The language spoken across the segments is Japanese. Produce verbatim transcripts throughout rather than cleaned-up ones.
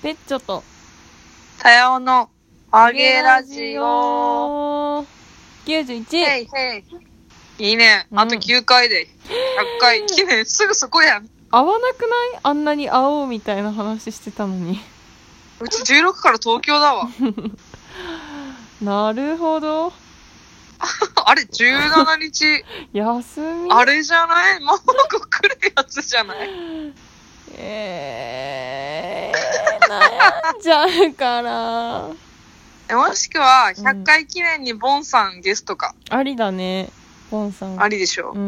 ペッチョとさようのあげラジオきゅうじゅういち。 へいへい。いいね、うん、あときゅうかいでひゃっかい記念すぐそこやん。 合わなくない？あんなに会おうみたいな話してたのに。 うちじゅうろくから東京だわ。 なるほど。 あれじゅうしちにち休み？ あれじゃない？もうこ来るやつじゃない？ えー、悩んじゃうからもしくはひゃっかい記念にボンさんゲストか、 うん、ありだね。ボンさんありでしょ。 うん、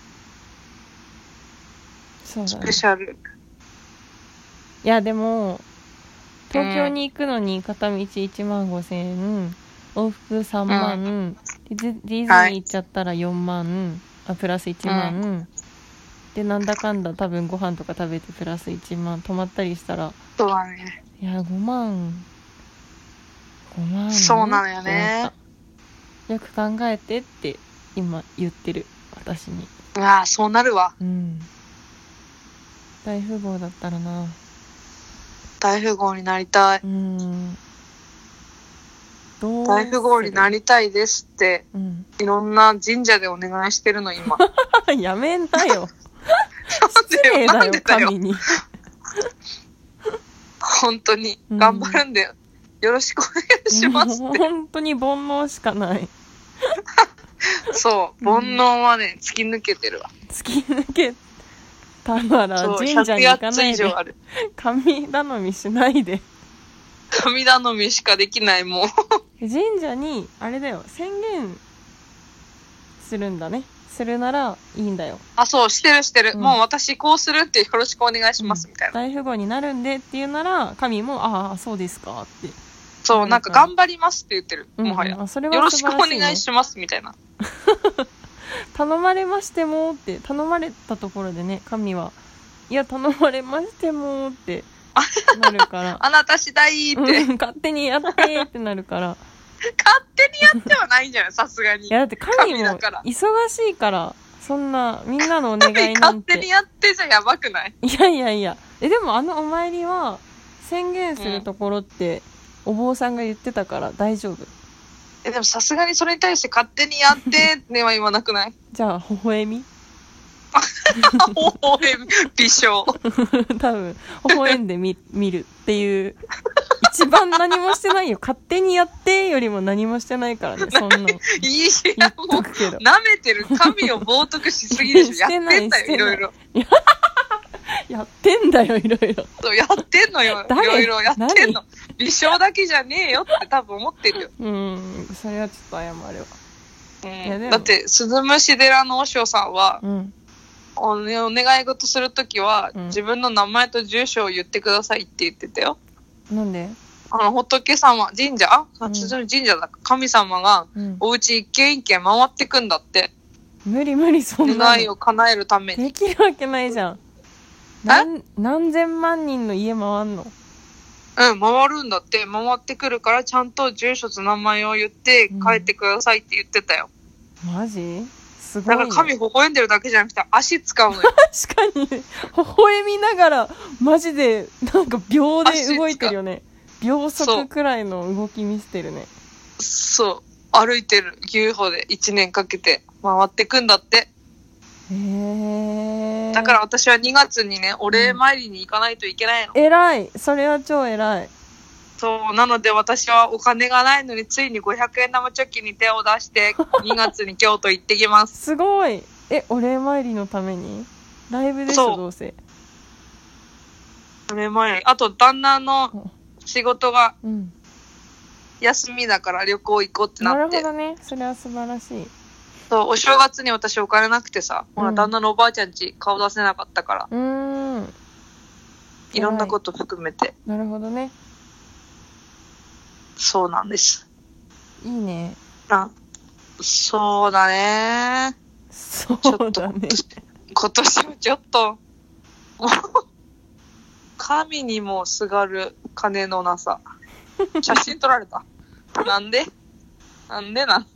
そうだね、 スペシャル。 いやでも東京に行くのに片道いちまんごせんえん、往復さんまん、うん、でディズニー行っちゃったらよんまん、はい、あプラスいちまん、うん、でなんだかんだ多分ご飯とか食べてプラスいちまん、泊まったりしたらそうだね。 いやごまんごまんそうなのよね。 よく考えてって今言ってる私に。 うわそうなるわ。 うん大富豪だったらな。 大富豪になりたい。 うん。 どう大富豪になりたいですって、うん、いろんな神社でお願いしてるの今。 やめんなよ。失礼だよ神に。 本当に頑張るんだよ。うん、よろしくお願いしますって。 本当に煩悩しかない。 そう煩悩はね突き抜けてるわ。 突き抜けたなら神社に行かないで。神頼みしないで。 神頼みしかできないもう。 神社にあれだよ宣言するんだね。するならいいんだよ。 あそうしてるしてる、うん、もう私こうするってよろしくお願いしますみたいな、 うん、大富豪になるんでっていうなら神もああそうですかってそうなんか頑張りますって言ってる、うん、もはや、うん、それは素晴らしいね、よろしくお願いしますみたいな。 頼まれましてもって頼まれたところでね神はいや頼まれましてもってなるからあなた次第って、 うん、勝手にやってってなるから勝手にやってはないんじゃないさすがに。 いやだって神も忙しいからそんなみんなのお願いなんて勝手にやってじゃやばくない？ いやいやいやえでもあのお参りは宣言するところってお坊さんが言ってたから大丈夫。 えでもさすがにそれに対して勝手にやってっては言わなくない？ じゃあ微笑み微笑み微笑多分微笑んで 見, 見るっていう一番何もしてないよ勝手にやってよりも何もしてないからねそんなのいやもう舐めてる神を冒涜しすぎでしょ。やってんだよいろいろやってんだよいろいろそうやってんのよいろいろやってんの。微笑だけじゃねえよって多分思ってるよ。 うんそれはちょっと謝るわ、 うん、いやだって鈴虫寺の和尚さんは、うんお, ね、お願い事するときは、うん、自分の名前と住所を言ってくださいって言ってたよ。 なんで？ あの仏様神社あ、うん、神社だ神様が、うん、お家一軒一軒回ってくんだって。 無理無理そんなの願いを叶えるためにできるわけないじゃん。何何千万人の家回んの？ うん回るんだって回ってくるからちゃんと住所と名前を言って帰ってくださいって言ってたよ。 うん、マジ？すごいね、 だから神微笑んでるだけじゃなくて足使うのよ。 確かに微笑みながらマジでなんか秒で動いてるよね。秒速くらいの動き見せてるね。 そう歩いてる牛歩でいちねんかけて回ってくんだって。 へー。 だから私はにがつにねお礼参りに行かないといけないの、 うん、偉いそれは超偉い。 そうなので私はお金がないのについにごひゃくえん玉貯金に手を出してにがつに京都行ってきます。 すごい。えお礼参りのためにライブでしょどうせ。 お礼参りあと旦那の仕事が休みだから旅行行こうってなって。 なるほどねそれは素晴らしい。 そうお正月に私お金なくてさ、うん、ほら旦那のおばあちゃん家顔出せなかったからうーんいろんなこと含めて。 なるほどねそうなんです。 いいね。 あ、そうだね。 そうだね。 今年はちょっと神にもすがる金のなさ。写真撮られた。なんで？なんでなん？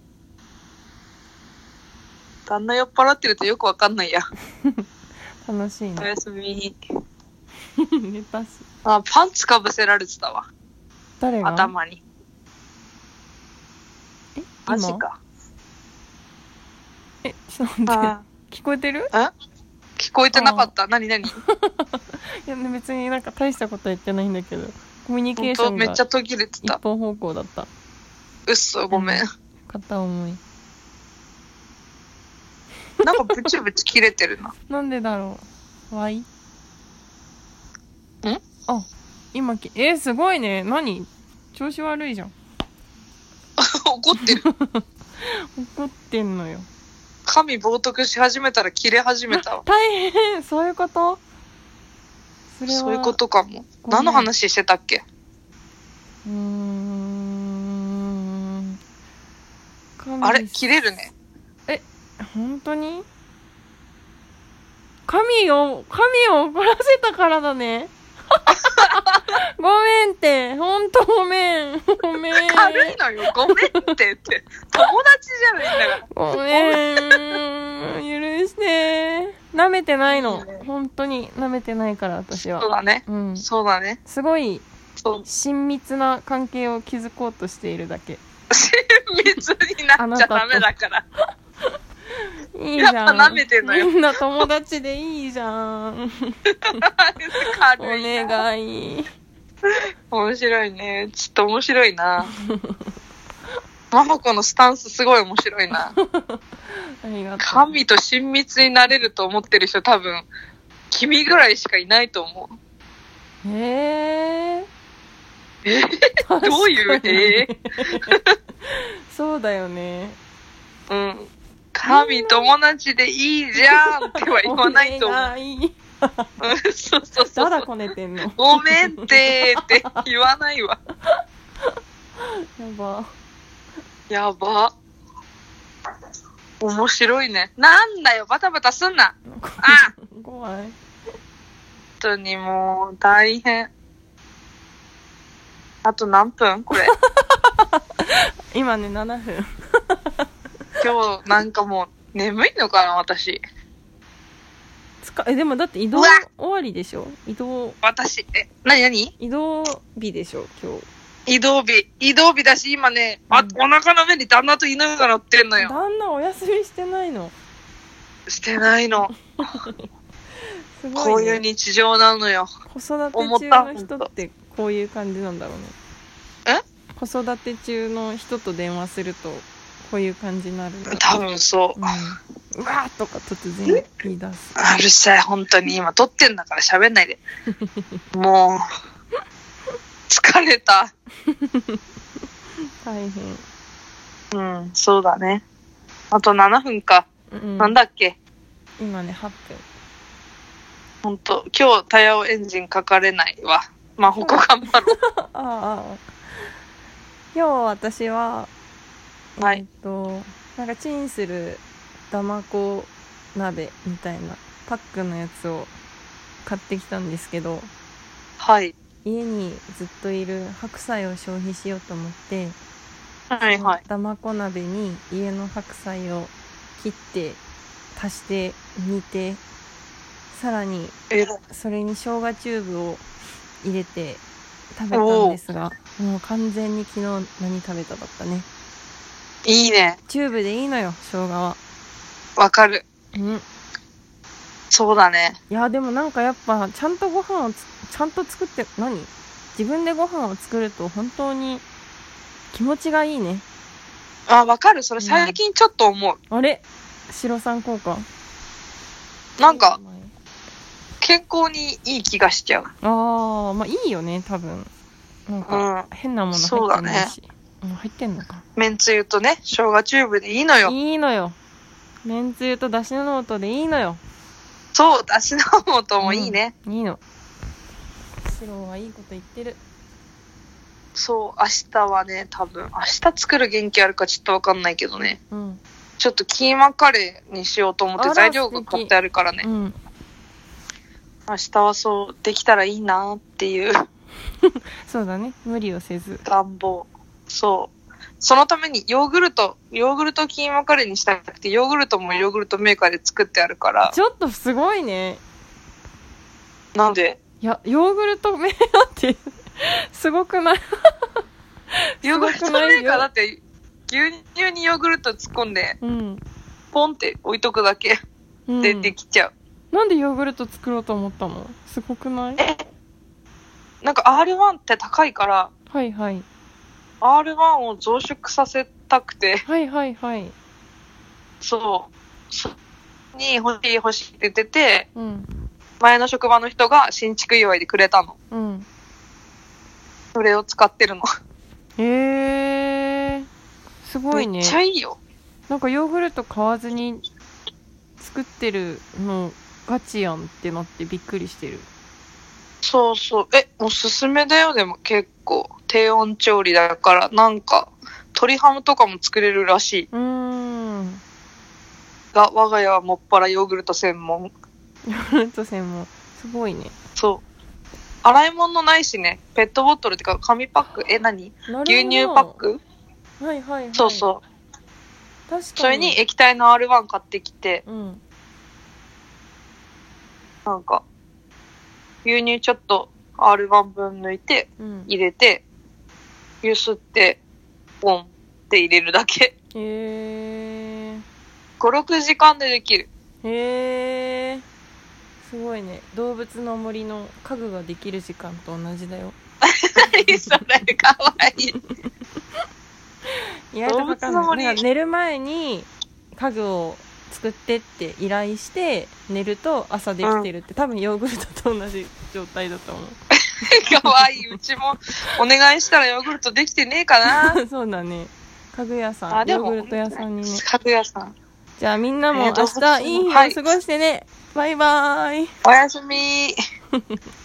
旦那酔っ払ってるとよくわかんないや。 楽しいね。 おやすみ。 レタス。 あ、パンツかぶせられてたわ。 誰が？ 頭に。 え、 マジか。 え、ちょっと待って。聞こえてる？ え？聞こえてなかった。何何？いや、別になんか大したこと言ってないんだけど、コミュニケーションがめっちゃ途切れてた。 一方方向だった。 うっそ、ごめん。 片思い。 なんかブチブチ切れてるな。 なんでだろう。わい？ん？ あ、 今き、えー、すごいね。何？調子悪いじゃん。 怒ってる。 怒ってんのよ。 髪冒涜し始めたら切れ始めたわ。 大変。そういうこと？ それはそういうことかも。何の話してたっけ？ うーん。 あれ切れるね。 え、本当に？神を、神を怒らせたからだね。ごめんって、ほんとごめん。ごめん。 軽いのよ、ごめんってって。友達じゃないんだから。 ごめん。許して。舐めてないの。本当に舐めてないから、私は。 そうだね。 うん。 そうだね。 すごい、親密な関係を築こうとしているだけ。 親密になっちゃダメだから。 いいじゃん。 やっぱ舐めてんのよ。 みんな友達でいいじゃん。お願い。 面白いね。ちょっと面白いな。ママ子のスタンスすごい面白いな。 ありがとう。 神と親密になれると思ってる人多分、君ぐらいしかいないと思う。 へー。 えー、どういうえー、 そうだよね。 うん。神友達でいいじゃんっては言わないと思う。そうそうそう。 だだこねてんの。 ごめんってーって言わないわ。 やば。 やば。面白いね。なんだよ、バタバタすんな。あ怖い。 本当にもう大変。あと何分これ。 今ね、ななふん。 今日なんかもう眠いのかな私。 つかえでもだって移動終わりでしょ。移動。 私えなになに？ 移動日でしょ今日。 移動日移動日だし今ね、うん、あお腹の上に旦那と犬が乗ってんのよ。 旦那お休みしてないの？ してないの。すごい、ね、こういう日常なのよ。 子育て中の人ってこういう感じなんだろうね。 え？ 子育て中の人と電話するとこういう感じになるんだ。 多分そう。 うん、うわーとか突然言い出す。 うるさい本当に今撮ってんだから喋んないで。もう疲れた。 大変。 うん、そうだね。あとななふんか。うん、なんだっけ？ 今ねはっぷん。 ほんと今日タヤオエンジンかかれないわ。まあほこ頑張ろう。 ああ。今日私は。はい、えっとなんかチンするだまこ鍋みたいなパックのやつを買ってきたんですけど、 はい、 家にずっといる白菜を消費しようと思って、 はいはい、 だまこ鍋に家の白菜を切って足して煮て、さらにそれに生姜チューブを入れて食べたんですが、もう完全に昨日何食べただったね。 いいね。 チューブでいいのよ、生姜は。 わかる。 うん。 そうだね。 いや、でもなんかやっぱ、ちゃんとご飯をつ、ちゃんと作って、何？自分でご飯を作ると本当に気持ちがいいね。 あ、わかる。それ最近ちょっと思う。 うん、あれ？白さん効果？ なんか、健康にいい気がしちゃう。 ああ、まあいいよね、多分。なんか、変なもの入ってないし。そうだね。入ってんのか。 めんつゆとね、生姜チューブでいいのよ。 いいのよ。めんつゆとだしの素でいいのよ。 そう、だしの素もいいね。 うん、いいの。白はいいこと言ってる。 そう、明日はね、多分、明日作る元気あるかちょっとわかんないけどね。うん。ちょっとキーマカレーにしようと思って材料が買ってあるからね。うん。明日はそうできたらいいなっていう。 そうだね。無理をせず。 願望。そう。そのためにヨーグルト、ヨーグルトキーマカレーにしたくて、ヨーグルトもヨーグルトメーカーで作ってあるから。 ちょっとすごいね。 なんで？ いやヨーグルトメーカーってすごくないヨーグルトメーカーだって牛乳にヨーグルト突っ込んで、うん、ポンって置いとくだけでできちゃう、 うん、なんでヨーグルト作ろうと思ったの？すごくない？ えなんか アールワン って高いから、 はいはい、 アールワン を増殖させたくて、 はいはいはい、 そうそに欲しい欲しいって言ってて、 うん、 前の職場の人が新築祝いでくれたの、うん、それを使ってるの。 へー、すごいね。 めっちゃいいよ。 なんかヨーグルト買わずに作ってるのガチやんってなってびっくりしてる。 そうそう。え、おすすめだよ。でも結構低温調理だから、なんか鶏ハムとかも作れるらしい。うーん。が我が家はもっぱらヨーグルト専門。 ヨーグルト専門。すごいね。 そう。洗い物ないしね。ペットボトルってか紙パック。え、何？牛乳パック？ はいはいはい。 そうそう。 確かに。 それに液体の アールワン 買ってきて、うん、なんか牛乳ちょっと アールワン 分抜いて、うん、入れてゆすってポンって入れるだけ。へー。ご、ろくじかんでできる。 へー。すごいね。動物の森の家具ができる時間と同じだよ。 何それかわいい。 意外とかかんない。なんか寝る前に家具を作ってって依頼して寝ると朝できてるって、うん、多分ヨーグルトと同じ状態だと思う。 かわいい。うちもお願いしたらヨーグルトできてねえかな。 そうだね。家具屋さん、ヨーグルト屋さんにね。 家具屋さん。 じゃあみんなも明日いい日を過ごしてね。はい、バイバーイ。 おやすみ。